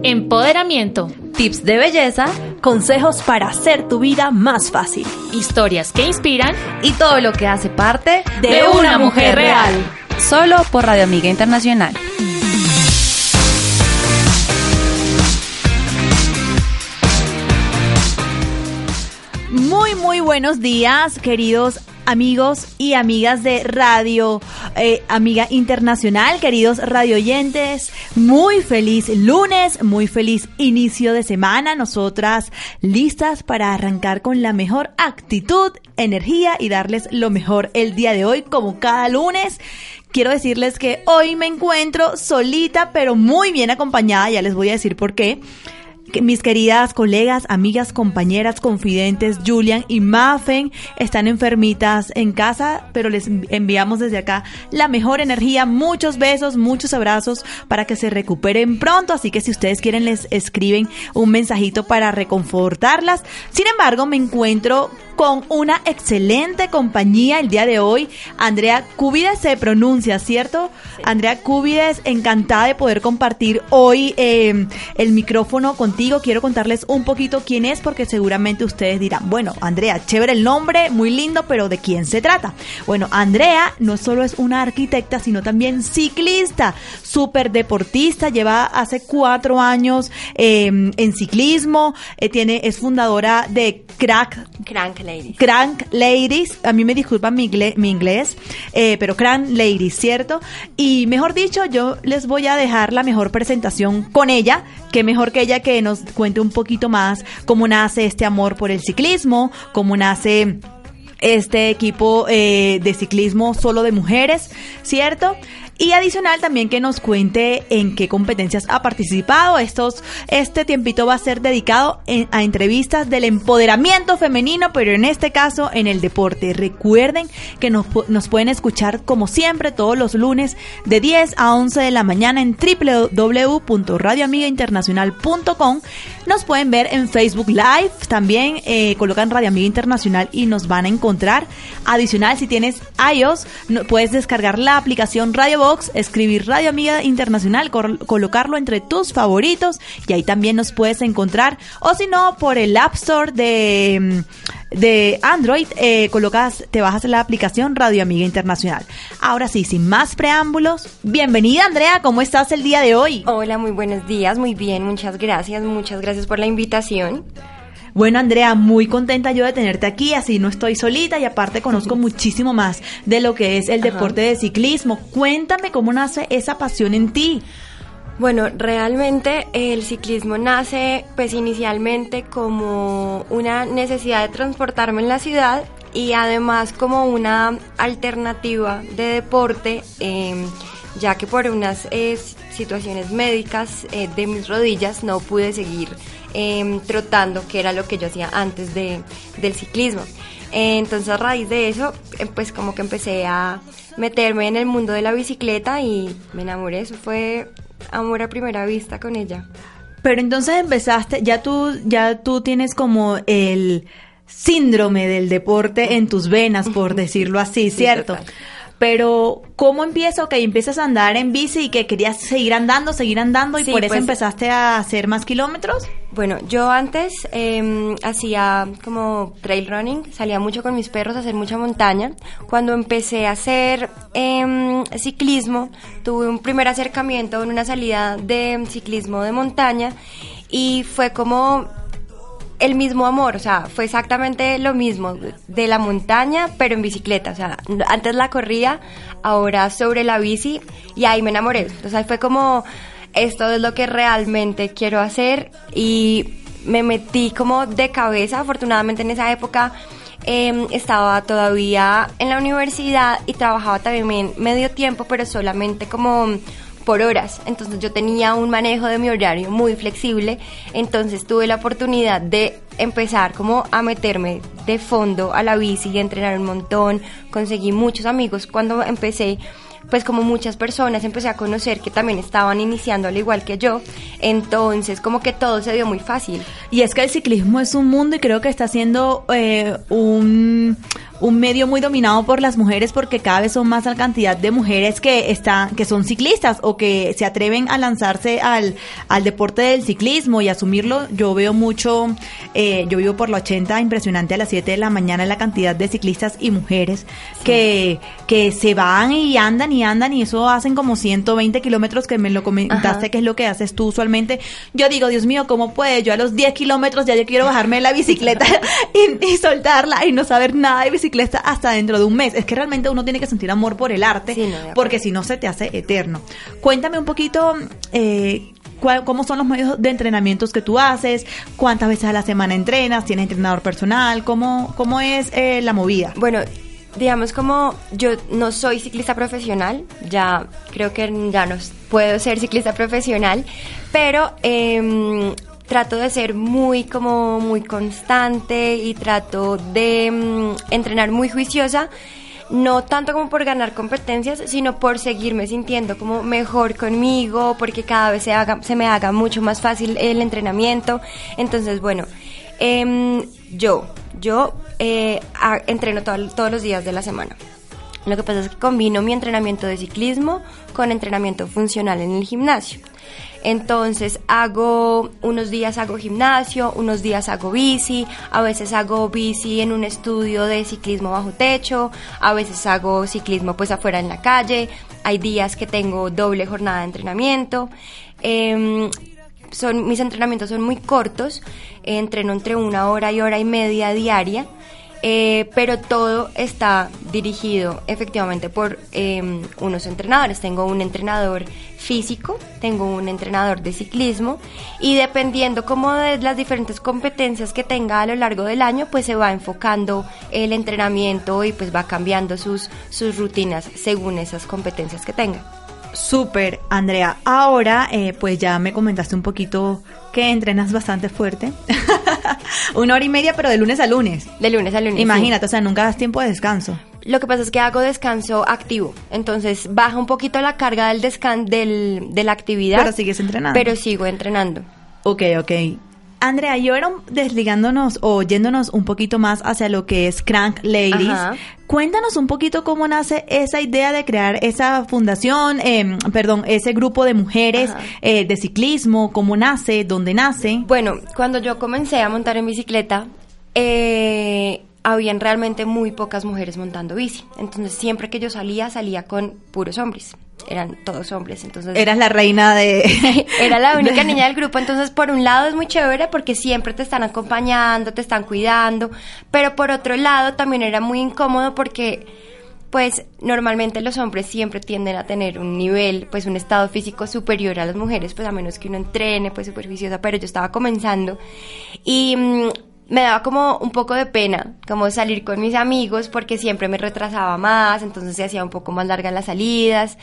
empoderamiento, tips de belleza, consejos para hacer tu vida más fácil, historias que inspiran y todo lo que hace parte de una mujer real. Solo por Radio Amiga Internacional. Muy buenos días, queridos amigos y amigas de Radio Amiga Internacional, queridos radioyentes. Muy feliz lunes, muy feliz inicio de semana. Nosotras listas para arrancar con la mejor actitud, energía y darles lo mejor el día de hoy, como cada lunes. Quiero decirles que hoy me encuentro solita, pero muy bien acompañada. Ya les voy a decir por qué. Mis queridas colegas, amigas, compañeras, confidentes, Julian y Mafen están enfermitas en casa, pero les enviamos desde acá la mejor energía, muchos besos, muchos abrazos para que se recuperen pronto, así que si ustedes quieren les escriben un mensajito para reconfortarlas. Sin embargo, me encuentro con una excelente compañía el día de hoy. Andrea Cúbides se pronuncia, ¿cierto? Sí. Andrea Cúbides, encantada de poder compartir hoy el micrófono contigo. Quiero contarles un poquito quién es, porque seguramente ustedes dirán, bueno, Andrea, chévere el nombre, muy lindo, pero ¿de quién se trata? Bueno, Andrea no solo es una arquitecta, sino también ciclista, súper deportista, lleva hace 4 años en ciclismo, es fundadora de Crank Ladies, a mí me disculpan mi inglés, pero Crank Ladies, ¿cierto? Y mejor dicho, yo les voy a dejar la mejor presentación con ella, que mejor que ella que nos cuente un poquito más cómo nace este amor por el ciclismo, cómo nace este equipo de ciclismo solo de mujeres, ¿cierto? Y adicional también que nos cuente en qué competencias ha participado. Este tiempito va a ser dedicado a entrevistas del empoderamiento femenino, pero en este caso en el deporte. Recuerden que nos pueden escuchar como siempre todos los lunes de 10 a 11 de la mañana en www.radioamigainternacional.com. Nos pueden ver en Facebook Live, también colocan Radio Amiga Internacional y nos van a encontrar. Adicional, si tienes iOS, puedes descargar la aplicación Radio Box, escribir Radio Amiga Internacional, colocarlo entre tus favoritos y ahí también nos puedes encontrar. O si no, por el App Store de Android, te bajas la aplicación Radio Amiga Internacional. Ahora sí, sin más preámbulos, bienvenida Andrea, ¿cómo estás el día de hoy? Hola, muy buenos días, muy bien, muchas gracias por la invitación. Bueno, Andrea, muy contenta yo de tenerte aquí, así no estoy solita y aparte conozco muchísimo más de lo que es el deporte de ciclismo. Cuéntame cómo nace esa pasión en ti. Bueno, realmente el ciclismo nace pues inicialmente como una necesidad de transportarme en la ciudad y además como una alternativa de deporte, ya que por unas situaciones médicas de mis rodillas no pude seguir trotando, que era lo que yo hacía antes del ciclismo. Entonces a raíz de eso pues como que empecé a meterme en el mundo de la bicicleta y me enamoré. Eso fue amor a primera vista con ella. Pero entonces empezaste, ya tú tienes como el síndrome del deporte en tus venas, por decirlo así, ¿cierto? Sí, pero, ¿cómo empieza? Ok, empiezas a andar en bici y que querías seguir andando y sí, por eso empezaste a hacer más kilómetros. Bueno, yo antes hacía como trail running, salía mucho con mis perros a hacer mucha montaña. Cuando empecé a hacer ciclismo, tuve un primer acercamiento en una salida de ciclismo de montaña y fue como el mismo amor, o sea, fue exactamente lo mismo de la montaña, pero en bicicleta, o sea, antes la corría, ahora sobre la bici y ahí me enamoré, o sea, fue como, esto es lo que realmente quiero hacer y me metí como de cabeza. Afortunadamente en esa época estaba todavía en la universidad y trabajaba también medio tiempo, pero solamente como por horas, entonces yo tenía un manejo de mi horario muy flexible, entonces tuve la oportunidad de empezar como a meterme de fondo a la bici y entrenar un montón. Conseguí muchos amigos cuando empecé, pues como muchas personas empecé a conocer que también estaban iniciando al igual que yo, entonces como que todo se dio muy fácil. Y es que el ciclismo es un mundo y creo que está siendo un un medio muy dominado por las mujeres, porque cada vez son más la cantidad de mujeres que son ciclistas o que se atreven a lanzarse al deporte del ciclismo y asumirlo. Yo veo mucho, yo vivo por la 80, impresionante, a las 7 de la mañana la cantidad de ciclistas y mujeres que se van y andan y eso hacen como 120 kilómetros, que me lo comentaste, que es lo que haces tú usualmente. Yo digo, Dios mío, ¿cómo puede? Yo a los 10 kilómetros ya yo quiero bajarme de la bicicleta y soltarla y no saber nada de bicicleta hasta dentro de un mes. Es que realmente uno tiene que sentir amor por el arte, porque si no se te hace eterno. Cuéntame un poquito cómo son los medios de entrenamientos que tú haces, cuántas veces a la semana entrenas, tienes entrenador personal, cómo es la movida. Bueno, digamos, como yo no soy ciclista profesional, ya creo que ya no puedo ser ciclista profesional, pero trato de ser muy constante y trato de entrenar muy juiciosa, no tanto como por ganar competencias, sino por seguirme sintiendo como mejor conmigo, porque cada vez se me haga mucho más fácil el entrenamiento. Entonces, bueno, yo entreno todos los días de la semana. Lo que pasa es que combino mi entrenamiento de ciclismo con entrenamiento funcional en el gimnasio. Entonces unos días hago gimnasio, unos días hago bici, a veces hago bici en un estudio de ciclismo bajo techo, a veces hago ciclismo pues afuera en la calle, hay días que tengo doble jornada de entrenamiento. Mis entrenamientos son muy cortos, entreno entre 1 hora y hora y media diaria, pero todo está dirigido efectivamente por unos entrenadores. Tengo un entrenador físico, tengo un entrenador de ciclismo, y dependiendo como de las diferentes competencias que tenga a lo largo del año, pues se va enfocando el entrenamiento y pues va cambiando sus rutinas según esas competencias que tenga. Súper, Andrea. Ahora, pues ya me comentaste un poquito que entrenas bastante fuerte. 1 hora y media, pero de lunes a lunes. De lunes a lunes. Imagínate, sí. O sea, nunca das tiempo de descanso. Lo que pasa es que hago descanso activo, entonces baja un poquito la carga de la actividad. Pero sigues entrenando. Pero sigo entrenando. Ok. Andrea, y ahora desligándonos o yéndonos un poquito más hacia lo que es Crank Ladies, cuéntanos un poquito cómo nace esa idea de crear esa fundación, ese grupo de mujeres de ciclismo, cómo nace, dónde nace. Bueno, cuando yo comencé a montar en bicicleta, habían realmente muy pocas mujeres montando bici, entonces siempre que yo salía con puros hombres. Eran todos hombres, entonces... Eras la reina de... Era la única niña del grupo, entonces por un lado es muy chévere porque siempre te están acompañando, te están cuidando, pero por otro lado también era muy incómodo porque, pues, normalmente los hombres siempre tienden a tener un nivel, pues, un estado físico superior a las mujeres, pues, a menos que uno entrene, pues, súper juiciosa, pero yo estaba comenzando y... me daba como un poco de pena, como salir con mis amigos, porque siempre me retrasaba más, entonces se hacía un poco más largas las salidas,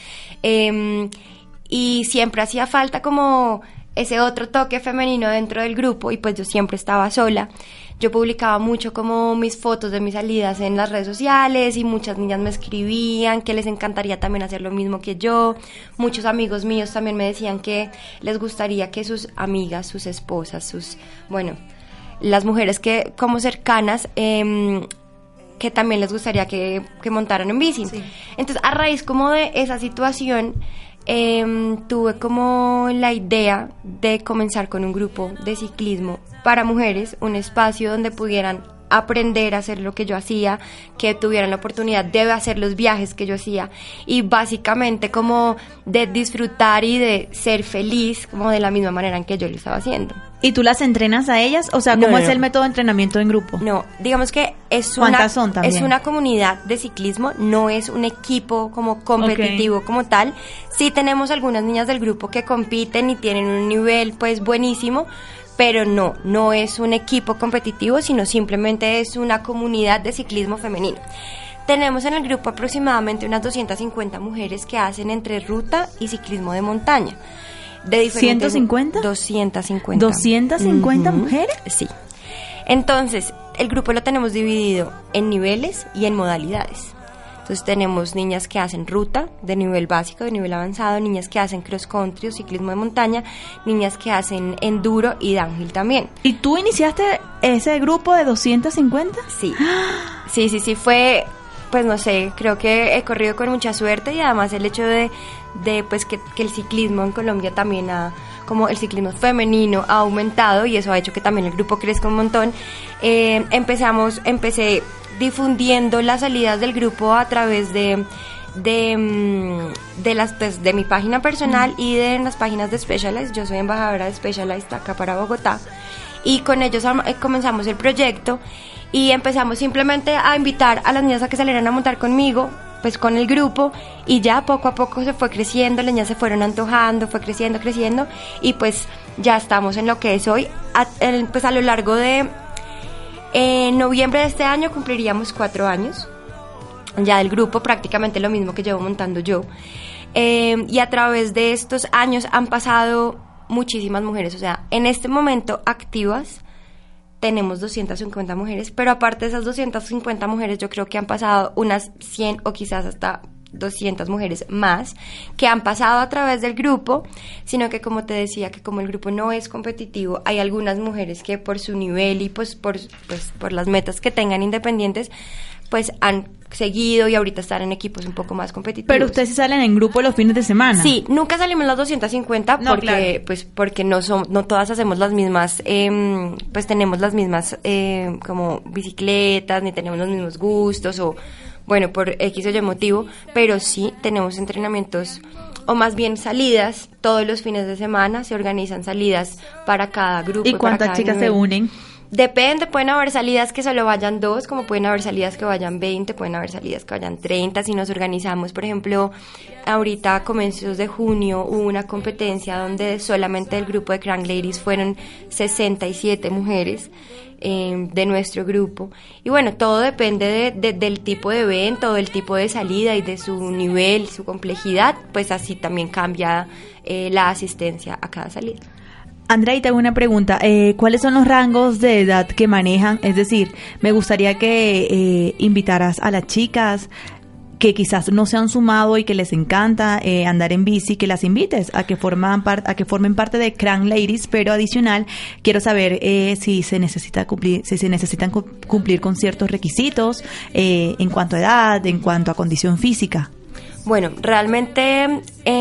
y siempre hacía falta como ese otro toque femenino dentro del grupo, y pues yo siempre estaba sola. Yo publicaba mucho como mis fotos de mis salidas en las redes sociales, y muchas niñas me escribían que les encantaría también hacer lo mismo que yo. Muchos amigos míos también me decían que les gustaría que sus amigas, sus esposas, las mujeres que como cercanas, que también les gustaría que montaran en bici. Sí. Entonces, a raíz como de esa situación, tuve como la idea de comenzar con un grupo de ciclismo para mujeres, un espacio donde pudieran aprender a hacer lo que yo hacía, que tuvieran la oportunidad de hacer los viajes que yo hacía, y básicamente como de disfrutar y de ser feliz como de la misma manera en que yo lo estaba haciendo. ¿Y tú las entrenas a ellas? O sea, ¿cómo es el método de entrenamiento en grupo? No, digamos que es una comunidad de ciclismo, no es un equipo como competitivo como tal. Sí tenemos algunas niñas del grupo que compiten y tienen un nivel pues buenísimo, pero no es un equipo competitivo, sino simplemente es una comunidad de ciclismo femenino. Tenemos en el grupo aproximadamente unas 250 mujeres que hacen entre ruta y ciclismo de montaña. De diferentes, ¿150? 250. ¿250 mujeres? Sí. Entonces, el grupo lo tenemos dividido en niveles y en modalidades. Entonces tenemos niñas que hacen ruta de nivel básico, de nivel avanzado, niñas que hacen cross country o ciclismo de montaña, niñas que hacen enduro y downhill también. ¿Y tú iniciaste ese grupo de 250? Sí, sí, fue, pues no sé, creo que he corrido con mucha suerte y además el hecho de pues que el ciclismo en Colombia también como el ciclismo femenino ha aumentado y eso ha hecho que también el grupo crezca un montón. Empecé difundiendo las salidas del grupo a través de las pues, de mi página personal y de las páginas de Specialized. Yo soy embajadora de Specialized acá para Bogotá y con ellos comenzamos el proyecto y empezamos simplemente a invitar a las niñas a que salieran a montar conmigo, pues con el grupo, y ya poco a poco se fue creciendo, las niñas se fueron antojando, fue creciendo y pues ya estamos en lo que es hoy. Pues a lo largo de noviembre de este año cumpliríamos 4 años ya del grupo, prácticamente lo mismo que llevo montando yo, y a través de estos años han pasado muchísimas mujeres, o sea, en este momento activas tenemos 250 mujeres, pero aparte de esas 250 mujeres yo creo que han pasado unas 100 o quizás hasta 200 mujeres más que han pasado a través del grupo, sino que como te decía, que como el grupo no es competitivo, hay algunas mujeres que por su nivel y pues por las metas que tengan independientes, pues han seguido y ahorita están en equipos un poco más competitivos. Pero ustedes sí salen en grupo los fines de semana. Sí, nunca salimos las 250 no, porque claro. pues porque no todas hacemos las mismas, pues tenemos las mismas como bicicletas, ni tenemos los mismos gustos o bueno, por X o Y motivo, pero sí tenemos entrenamientos o más bien salidas todos los fines de semana, se organizan salidas para cada grupo. ¿Y cuántas chicas se unen? Depende, pueden haber salidas que solo vayan 2, como pueden haber salidas que vayan 20, pueden haber salidas que vayan 30, si nos organizamos. Por ejemplo, ahorita a comienzos de junio hubo una competencia donde solamente del grupo de Crank Ladies fueron 67 mujeres de nuestro grupo. Y bueno, todo depende del tipo de evento, del tipo de salida y de su nivel, su complejidad, pues así también cambia la asistencia a cada salida. Andrea, y te hago una pregunta. ¿Cuáles son los rangos de edad que manejan? Es decir, me gustaría que invitaras a las chicas que quizás no se han sumado y que les encanta andar en bici, que las invites a que formen parte de Crank Ladies, pero adicional quiero saber si se necesitan cumplir con ciertos requisitos en cuanto a edad, en cuanto a condición física. Bueno, realmente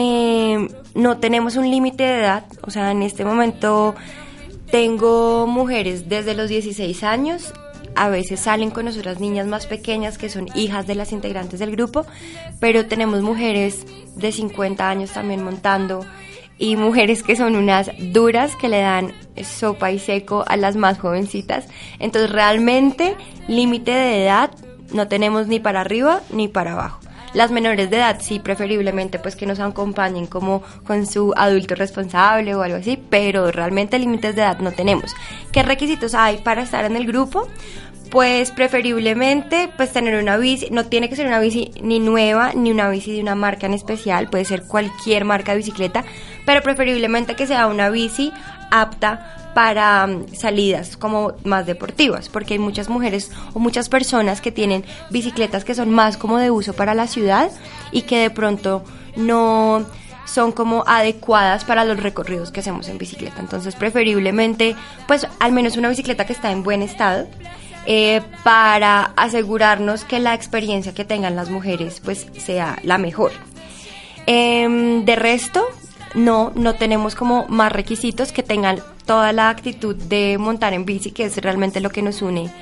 no tenemos un límite de edad, o sea, en este momento tengo mujeres desde los 16 años, a veces salen con nosotras niñas más pequeñas que son hijas de las integrantes del grupo, pero tenemos mujeres de 50 años también montando y mujeres que son unas duras que le dan sopa y seco a las más jovencitas, entonces realmente límite de edad no tenemos ni para arriba ni para abajo. Las menores de edad sí, preferiblemente pues que nos acompañen como con su adulto responsable o algo así, pero realmente límites de edad no tenemos. ¿Qué requisitos hay para estar en el grupo? Pues preferiblemente pues tener una bici, no tiene que ser una bici ni nueva ni una bici de una marca en especial, puede ser cualquier marca de bicicleta, pero preferiblemente que sea una bici apta para salidas como más deportivas, porque hay muchas mujeres o muchas personas que tienen bicicletas que son más como de uso para la ciudad y que de pronto no son como adecuadas para los recorridos que hacemos en bicicleta. Entonces preferiblemente pues al menos una bicicleta que está en buen estado, para asegurarnos que la experiencia que tengan las mujeres pues sea la mejor. De resto no tenemos como más requisitos, que tengan toda la actitud de montar en bici, que es realmente lo que nos une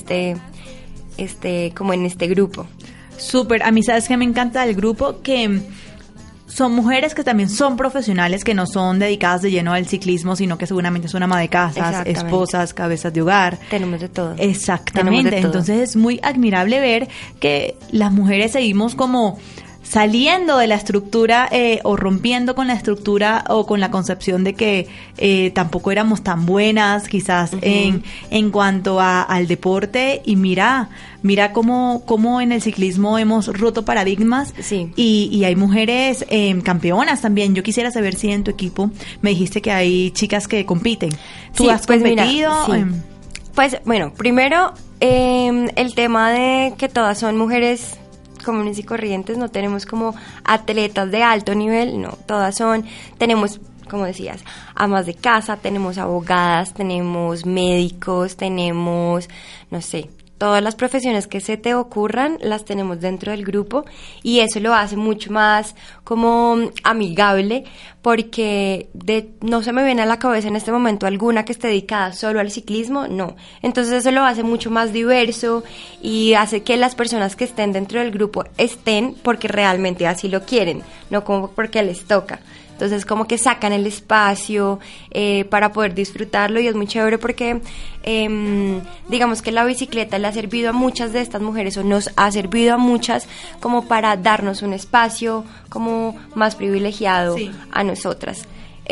como en este grupo. Súper, a mí sabes que me encanta del grupo, que son mujeres que también son profesionales, que no son dedicadas de lleno al ciclismo, sino que seguramente son ama de casas, esposas, cabezas de hogar. Tenemos de todo. Exactamente, de todo. Entonces es muy admirable ver que las mujeres seguimos como saliendo de la estructura o rompiendo con la estructura o con la concepción de que tampoco éramos tan buenas quizás en cuanto al deporte, y mira cómo en el ciclismo hemos roto paradigmas. Sí. Y hay mujeres campeonas también. Yo quisiera saber si en tu equipo me dijiste que hay chicas que compiten. ¿Tú has competido? Mira, sí. Pues bueno, primero el tema de que todas son mujeres comunes y corrientes, no tenemos como atletas de alto nivel, no, todas son, tenemos, como decías, amas de casa, tenemos abogadas, tenemos médicos, tenemos, no sé, todas las profesiones que se te ocurran las tenemos dentro del grupo, y eso lo hace mucho más como amigable, porque no se me viene a la cabeza en este momento alguna que esté dedicada solo al ciclismo, no. Entonces eso lo hace mucho más diverso y hace que las personas que estén dentro del grupo estén porque realmente así lo quieren, no como porque les toca. Entonces como que sacan el espacio para poder disfrutarlo, y es muy chévere porque digamos que la bicicleta le ha servido a muchas de estas mujeres, o nos ha servido a muchas como para darnos un espacio como más privilegiado a nosotras.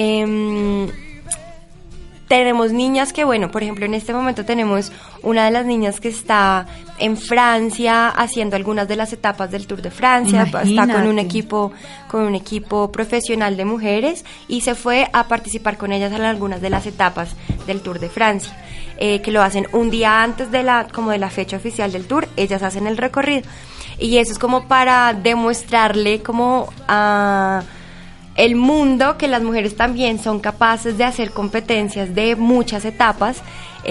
Tenemos niñas que, bueno, por ejemplo, en este momento tenemos una de las niñas que está en Francia haciendo algunas de las etapas del Tour de Francia. Imagínate. Está con un equipo profesional de mujeres, y se fue a participar con ellas en algunas de las etapas del Tour de Francia, que lo hacen un día antes de la fecha oficial del Tour. Ellas hacen el recorrido, y eso es como para demostrarle como a el mundo que las mujeres también son capaces de hacer competencias de muchas etapas.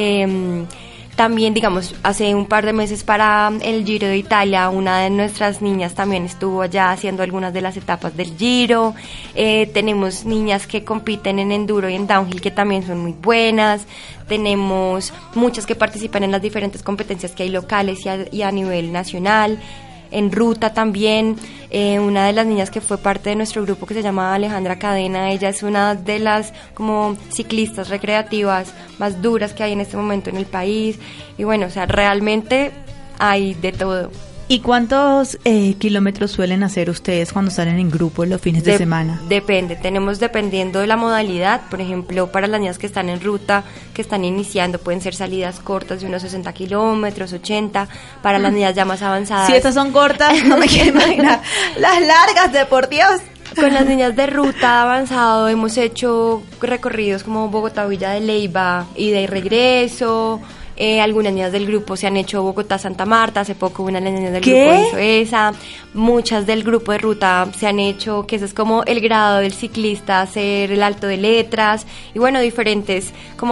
También, digamos, hace un par de meses para el Giro de Italia, una de nuestras niñas también estuvo allá haciendo algunas de las etapas del Giro. Tenemos niñas que compiten en enduro y en downhill que también son muy buenas. Tenemos muchas que participan en las diferentes competencias que hay locales y a nivel nacional. En ruta también, una de las niñas que fue parte de nuestro grupo, que se llama Alejandra Cadena, ella es una de las como ciclistas recreativas más duras que hay en este momento en el país. Y bueno, o sea, realmente hay de todo. ¿Y cuántos kilómetros suelen hacer ustedes cuando salen en grupo los fines de semana? Depende, tenemos dependiendo de la modalidad. Por ejemplo, para las niñas que están en ruta, que están iniciando, pueden ser salidas cortas de unos 60 kilómetros, 80. Para las niñas ya más avanzadas. Si estas son cortas, no me quiero imaginar las largas, de por Dios. Con las niñas de ruta avanzado hemos hecho recorridos como Bogotá-Villa de Leyva, ida y regreso. Algunas niñas del grupo se han hecho Bogotá-Santa Marta, hace poco una de las niñas del grupo hizo esa. Muchas del grupo de ruta se han hecho, que ese es como el grado del ciclista, hacer el Alto de Letras, y bueno, diferentes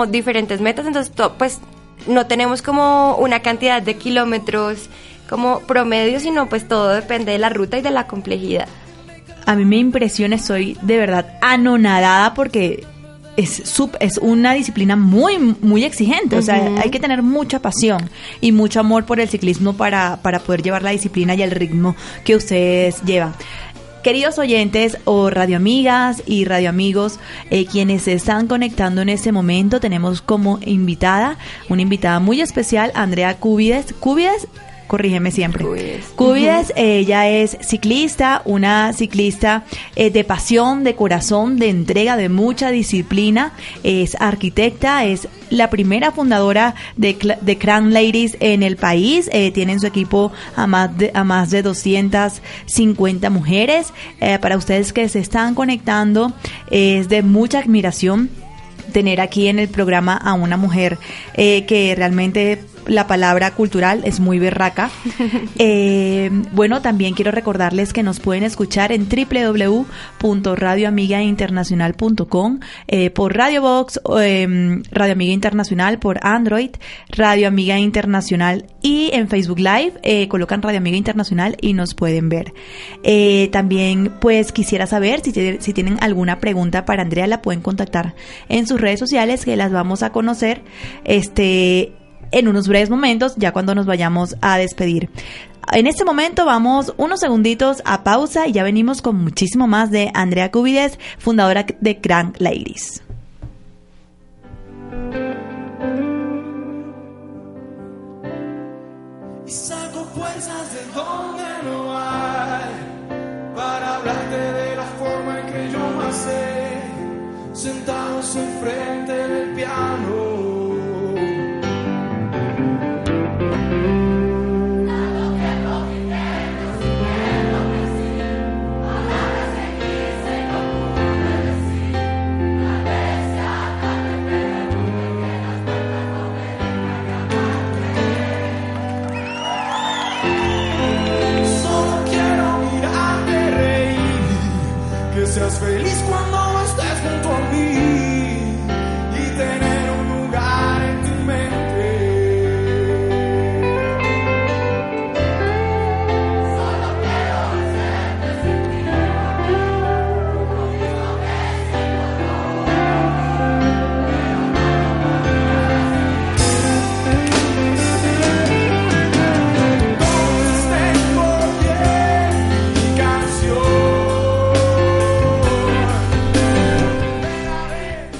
metas. Entonces pues no tenemos como una cantidad de kilómetros como promedio, sino pues todo depende de la ruta y de la complejidad. A mí me impresiona, estoy de verdad anonadada porque es una disciplina muy, muy exigente. O sea, hay que tener mucha pasión y mucho amor por el ciclismo para poder llevar la disciplina y el ritmo que ustedes llevan. Queridos oyentes o radioamigas y radioamigos, quienes se están conectando en este momento, tenemos como invitada, una invitada muy especial, Andrea Cúbides. Corrígeme siempre. Cúbides, ella es ciclista, una ciclista de pasión, de corazón, de entrega, de mucha disciplina. Es arquitecta, es la primera fundadora de Crank Ladies en el país. Tiene en su equipo a más de 250 mujeres. Para ustedes que se están conectando, es de mucha admiración tener aquí en el programa a una mujer que realmente la palabra cultural es muy berraca. Bueno, también quiero recordarles que nos pueden escuchar en www.radioamigainternacional.com, por Radio Box, Radio Amiga Internacional por Android, Radio Amiga Internacional, y en Facebook Live colocan Radio Amiga Internacional y nos pueden ver. También pues quisiera saber si tienen alguna pregunta para Andrea, la pueden contactar en sus redes sociales, que las vamos a conocer en unos breves momentos, ya cuando nos vayamos a despedir. En este momento vamos unos segunditos a pausa y ya venimos con muchísimo más de Andrea Cúbides, fundadora de Crank Ladies. Y saco fuerzas de donde no hay para hablarte de la forma en que yo más sé, sentados enfrente del piano. Solo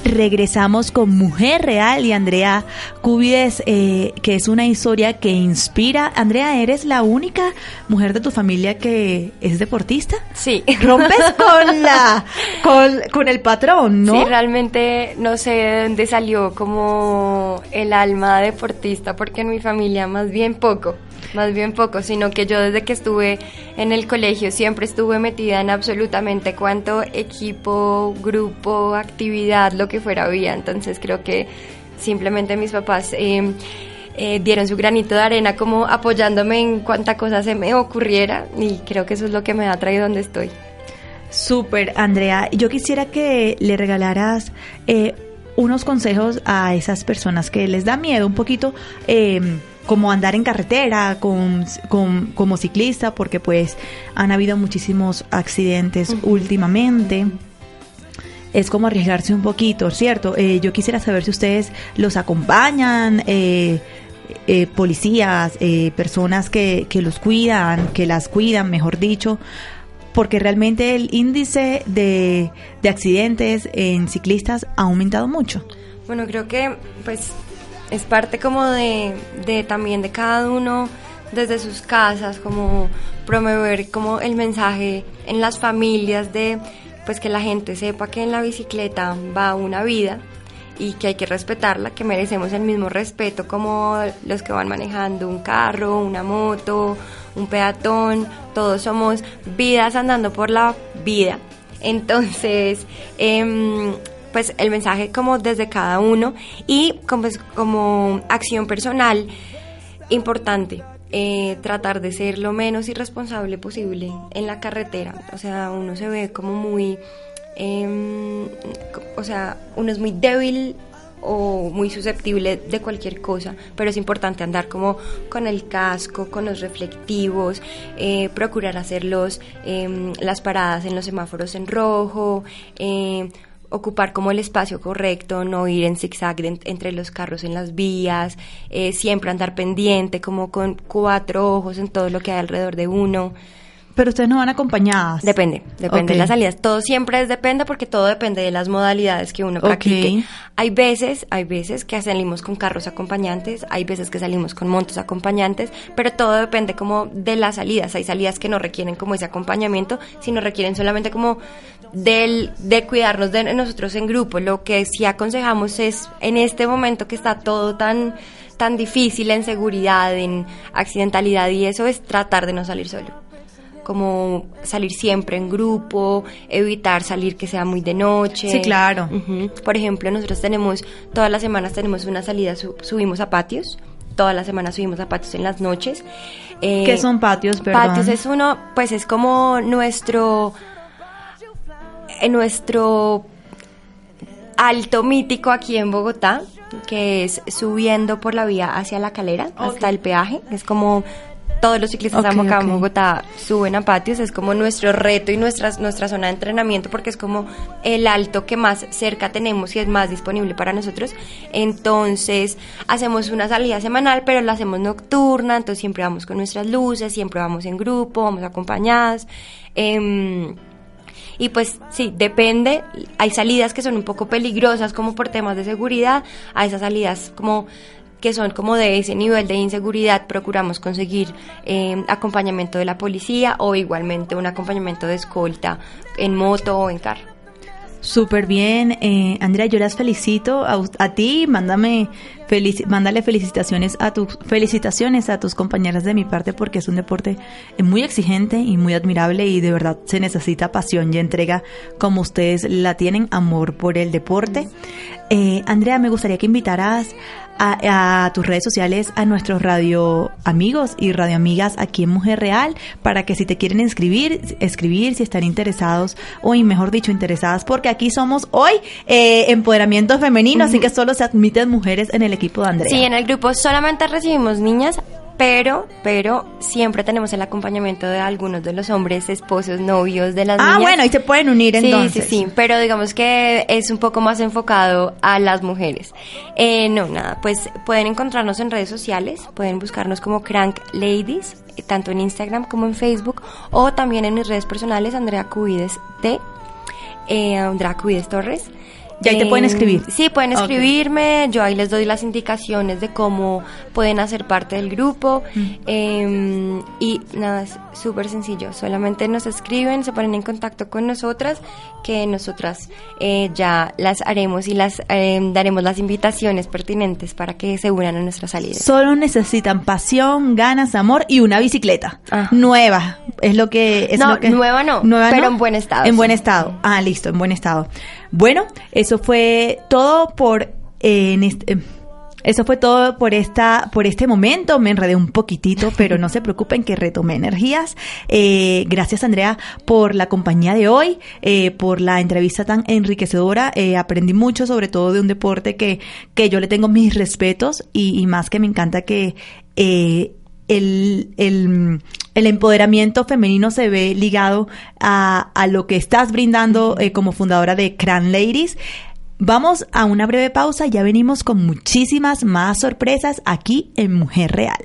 regresamos con Mujer Real y Andrea Cubides, que es una historia que inspira. Andrea, ¿eres la única mujer de tu familia que es deportista? Sí. Rompes con el patrón, ¿no? Sí, realmente no sé de dónde salió como el alma deportista, porque en mi familia más bien poco, sino que yo desde que estuve en el colegio siempre estuve metida en absolutamente cuanto equipo, grupo, actividad, lo que fuera había. Entonces creo que simplemente mis papás dieron su granito de arena como apoyándome en cuanta cosa se me ocurriera, y creo que eso es lo que me ha traído donde estoy. Súper, Andrea. Yo quisiera que le regalaras unos consejos a esas personas que les da miedo un poquito como andar en carretera como ciclista, porque pues han habido muchísimos accidentes últimamente. Es como arriesgarse un poquito, ¿cierto? Yo quisiera saber si ustedes los acompañan, policías, personas que los cuidan, que las cuidan, mejor dicho, porque realmente el índice de accidentes en ciclistas ha aumentado mucho. Bueno, creo que pues es parte como de también de cada uno desde sus casas, como promover como el mensaje en las familias de pues que la gente sepa que en la bicicleta va una vida y que hay que respetarla, que merecemos el mismo respeto como los que van manejando un carro, una moto, un peatón. Todos somos vidas andando por la vida. Entonces, pues el mensaje como desde cada uno, y como acción personal importante, tratar de ser lo menos irresponsable posible en la carretera. O sea, uno se ve como muy, uno es muy débil o muy susceptible de cualquier cosa, pero es importante andar como con el casco, con los reflectivos, procurar hacer las paradas en los semáforos en rojo, ocupar como el espacio correcto, no ir en zigzag entre los carros en las vías, siempre andar pendiente como con 4 ojos en todo lo que hay alrededor de uno. Pero ustedes no van acompañadas. Depende Okay. de las salidas. Todo siempre depende, porque todo depende de las modalidades que uno practique. Hay veces que salimos con carros acompañantes, hay veces que salimos con motos acompañantes, pero todo depende como de las salidas. Hay salidas que no requieren como ese acompañamiento, sino requieren solamente como de cuidarnos de nosotros en grupo. Lo que sí aconsejamos es, en este momento que está todo tan difícil en seguridad, en accidentalidad y eso, es tratar de no salir solo. Como salir siempre en grupo, evitar salir que sea muy de noche. Sí, claro. Uh-huh. Por ejemplo, nosotros todas las semanas tenemos una salida, subimos a patios. Todas las semanas subimos a patios en las noches. ¿Qué son patios, perdón? Patios es como nuestro alto mítico aquí en Bogotá, que es subiendo por la vía hacia La Calera, hasta el peaje. Es como todos los ciclistas acá en Bogotá suben a patios, es como nuestro reto y nuestra zona de entrenamiento, porque es como el alto que más cerca tenemos y es más disponible para nosotros. Entonces hacemos una salida semanal, pero la hacemos nocturna, entonces siempre vamos con nuestras luces, siempre vamos en grupo, vamos acompañadas. Y pues sí, depende, hay salidas que son un poco peligrosas como por temas de seguridad, a esas salidas que son como de ese nivel de inseguridad procuramos conseguir acompañamiento de la policía o igualmente un acompañamiento de escolta en moto o en carro. Súper bien, Andrea, yo las felicito a ti, mándale felicitaciones a tus compañeras de mi parte, porque es un deporte muy exigente y muy admirable, y de verdad se necesita pasión y entrega como ustedes la tienen, amor por el deporte. Andrea, me gustaría que invitaras a tus redes sociales a nuestros radio amigos y radio amigas aquí en Mujer Real, para que si te quieren escribir, si están interesados, o mejor dicho, interesadas, porque aquí somos hoy empoderamiento femenino, así que solo se admiten mujeres en el equipo de Andrea. Sí, en el grupo solamente recibimos niñas, pero siempre tenemos el acompañamiento de algunos de los hombres, esposos, novios de las niñas. Bueno, y se pueden unir entonces. Sí, pero digamos que es un poco más enfocado a las mujeres. Pues pueden encontrarnos en redes sociales, pueden buscarnos como Crank Ladies, tanto en Instagram como en Facebook, o también en mis redes personales, Andrea Cubides Torres. Y ahí te pueden escribir. Sí, pueden Ok. escribirme, yo ahí les doy las indicaciones de cómo pueden hacer parte del grupo. Y nada, es súper sencillo, solamente nos escriben, se ponen en contacto con nosotras, que nosotras ya las haremos y las daremos las invitaciones pertinentes para que se unan a nuestras salidas. Solo necesitan pasión, ganas, amor y una bicicleta Ah. nueva. Es lo que es No, lo que nueva no, pero en buen estado, En buen sí. estado. Ah, listo, en buen estado. Bueno, eso fue todo por eso fue todo por este momento. Me enredé un poquitito, pero no se preocupen que retomé energías. Gracias, Andrea, por la compañía de hoy, por la entrevista tan enriquecedora. Aprendí mucho, sobre todo de un deporte que yo le tengo mis respetos y más que me encanta que el empoderamiento femenino se ve ligado a lo que estás brindando como fundadora de Cran Ladies. Vamos a una breve pausa, ya venimos con muchísimas más sorpresas aquí en Mujer Real.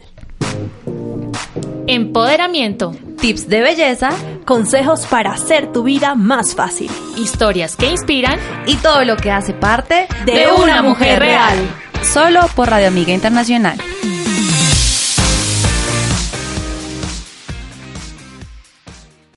Empoderamiento. Tips de belleza Consejos para hacer tu vida más fácil. Historias que inspiran. y todo lo que hace parte De una mujer real. Solo por Radio Amiga Internacional.